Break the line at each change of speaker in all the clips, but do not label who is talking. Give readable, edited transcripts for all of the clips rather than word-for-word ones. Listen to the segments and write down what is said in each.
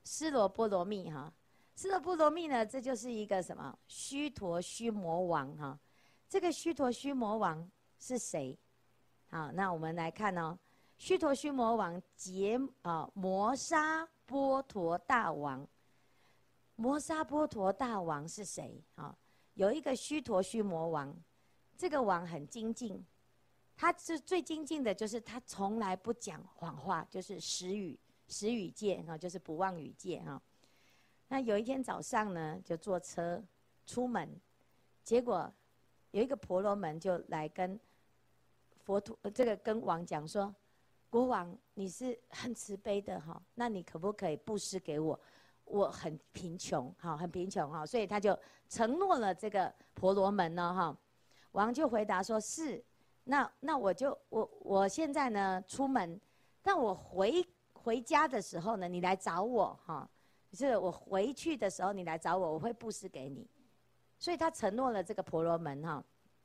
尸罗波罗蜜哈。尸罗波罗蜜呢，这就是一个什么须陀须魔王哈。这个须陀须魔王是谁？好，那我们来看哦。须陀须魔王劫摩沙波陀大王。摩沙波陀大王是谁啊？有一个须陀须魔王，这个王很精进，他是最精进的，就是他从来不讲谎话，就是实语戒哈，就是不妄语戒哈。那有一天早上呢，就坐车出门，结果有一个婆罗门就来跟跟王讲说，国王你是很慈悲的哈，那你可不可以布施给我？我很贫穷哈，很贫穷哈，所以他就承诺了这个婆罗门呢哈。王就回答说是，那我现在呢出门，但我回家的时候呢，你来找我哈，就是我回去的时候你来找我，我会布施给你。所以他承诺了这个婆罗门哈。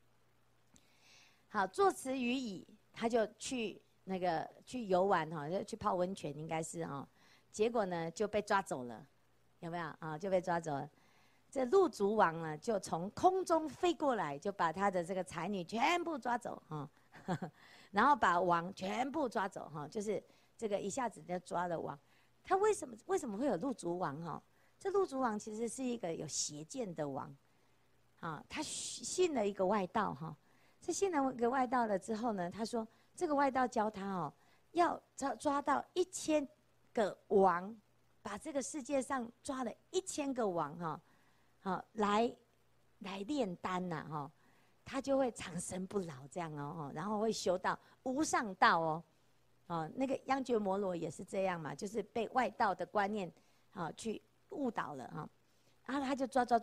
好，作词于已，他就去游玩哈，就去泡温泉应该是哈，结果呢就被抓走了，有没有啊？就被抓走了。这鹿族王呢，就从空中飞过来，就把他的这个才女全部抓走哈，然后把王全部抓走哈，就是这个一下子就抓了王。他为什么会有鹿族王哈？这鹿族王其实是一个有邪见的王，啊，他信了一个外道哈。这信了一个外道了之后呢，他说这个外道教他哦，要抓到1000个王，把这个世界上抓了1000个王哈。好，来炼丹呐哈，他就会长生不老这样哦，然后会修到无上道哦，那个央觉摩罗也是这样嘛，就是被外道的观念去误导了哈，然后他就抓到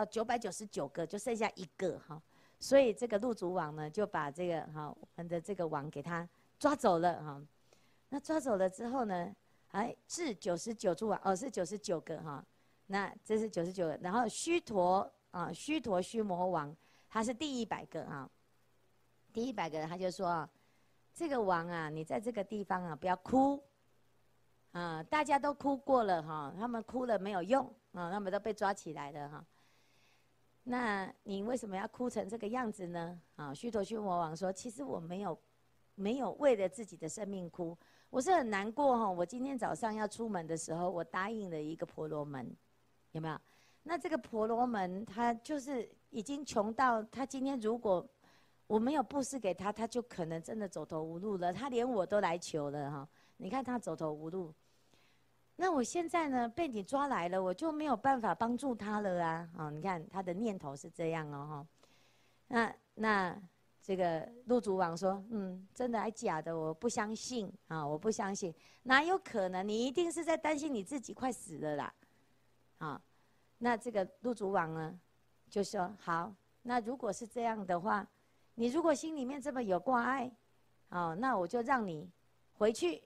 999个，就剩下1个哈，所以这个鹿族王呢就把这个我们的这个王给他抓走了哈，那抓走了之后呢，至99诸王是99个哈。那这是99个，然后须陀须魔王，他是第100个啊。第100个他就说这个王啊，你在这个地方啊不要哭啊，大家都哭过了哈，他们哭了没有用啊，他们都被抓起来了哈。那你为什么要哭成这个样子呢？啊，须陀须魔王说，其实我没有为了自己的生命哭，我是很难过哈。我今天早上要出门的时候，我答应了一个婆罗门。有没有？那这个婆罗门他就是已经穷到，他今天如果我没有布施给他，他就可能真的走投无路了。他连我都来求了哈，你看他走投无路。那我现在呢被你抓来了，我就没有办法帮助他了啊！你看他的念头是这样哦哈。那这个鹿族王说，真的还假的？我不相信啊！我不相信，哪有可能？你一定是在担心你自己快死了啦！那这个鹿族王呢，就说好，那如果是这样的话，你如果心里面这么有挂碍，那我就让你回去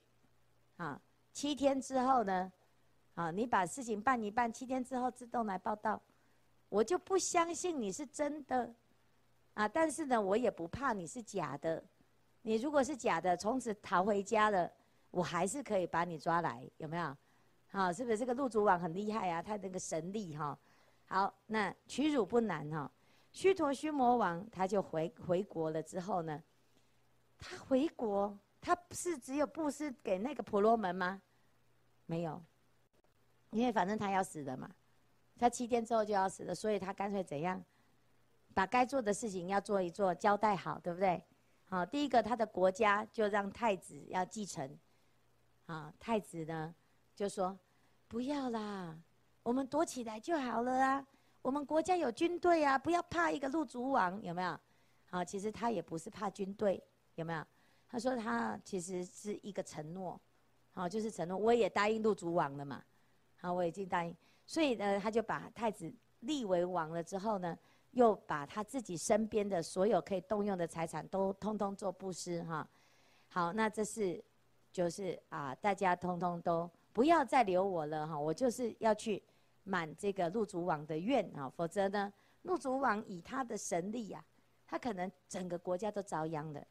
，7天之后呢，你把事情办一办，7天之后自动来报到，我就不相信你是真的，但是呢，我也不怕你是假的，你如果是假的，从此逃回家了，我还是可以把你抓来，有没有？是不是这个鹿族王很厉害啊？他那个神力哈。好，那屈辱不难哈。须陀须魔王他就回国了之后呢，他回国，他是只有布施给那个婆罗门吗？没有，因为反正他要死的嘛，他7天之后就要死了，所以他干脆怎样，把该做的事情要做一做，交代好，对不对？好，第一个他的国家就让太子要继承，太子呢就说不要啦，我们躲起来就好了啊，我们国家有军队啊，不要怕一个鹿族王，有没有？其实他也不是怕军队，有没有？他说他其实是一个承诺，就是承诺，我也答应鹿族王了嘛，我已经答应，所以呢，他就把太子立为王了之后呢，又把他自己身边的所有可以动用的财产都通通做布施哈。好，那这是就是大家通通都不要再留我了哈，我就是要去满这个鹿族王的愿啊，否则呢，鹿族王以他的神力他可能整个国家都遭殃的。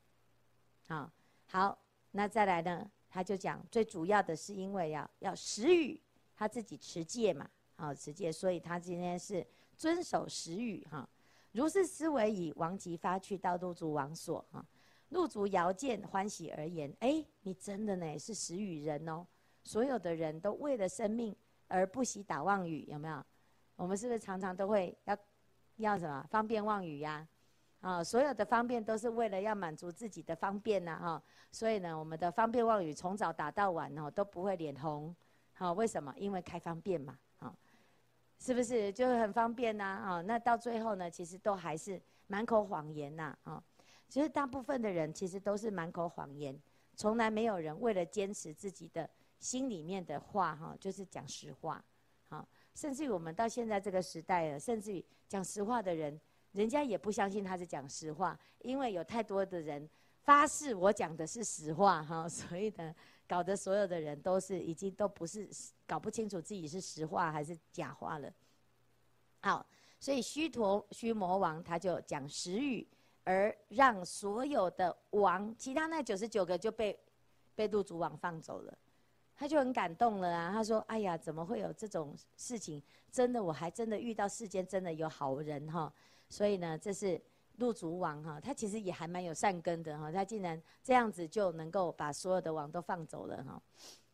好，那再来呢，他就讲最主要的是因为要食语他自己持戒嘛，持戒，所以他今天是遵守时语哈。如是思维已，王即发去到鹿族王所哈。鹿族遥见欢喜而言：你真的呢是时语人哦。所有的人都为了生命而不惜打妄语，有没有？我们是不是常常都会要什么方便妄语呀？所有的方便都是为了要满足自己的方便呐，所以呢，我们的方便妄语从早打到晚都不会脸红，为什么？因为开方便嘛，是不是就很方便呐？那到最后呢，其实都还是满口谎言呐，其实大部分的人其实都是满口谎言，从来没有人为了坚持自己的心里面的话，就是讲实话，甚至于我们到现在这个时代了，甚至于讲实话的人，人家也不相信他是讲实话，因为有太多的人发誓我讲的是实话，所以呢，搞得所有的人都是已经都不是搞不清楚自己是实话还是假话了。好，所以须魔王他就讲实语，而让所有的王，其他那99个就被鹿族王放走了。他就很感动了啊！他说：“哎呀，怎么会有这种事情？真的，我还真的遇到世间真的有好人哈。所以呢，这是鹿族王哈，他其实也还蛮有善根的哈。他竟然这样子就能够把所有的王都放走了哈。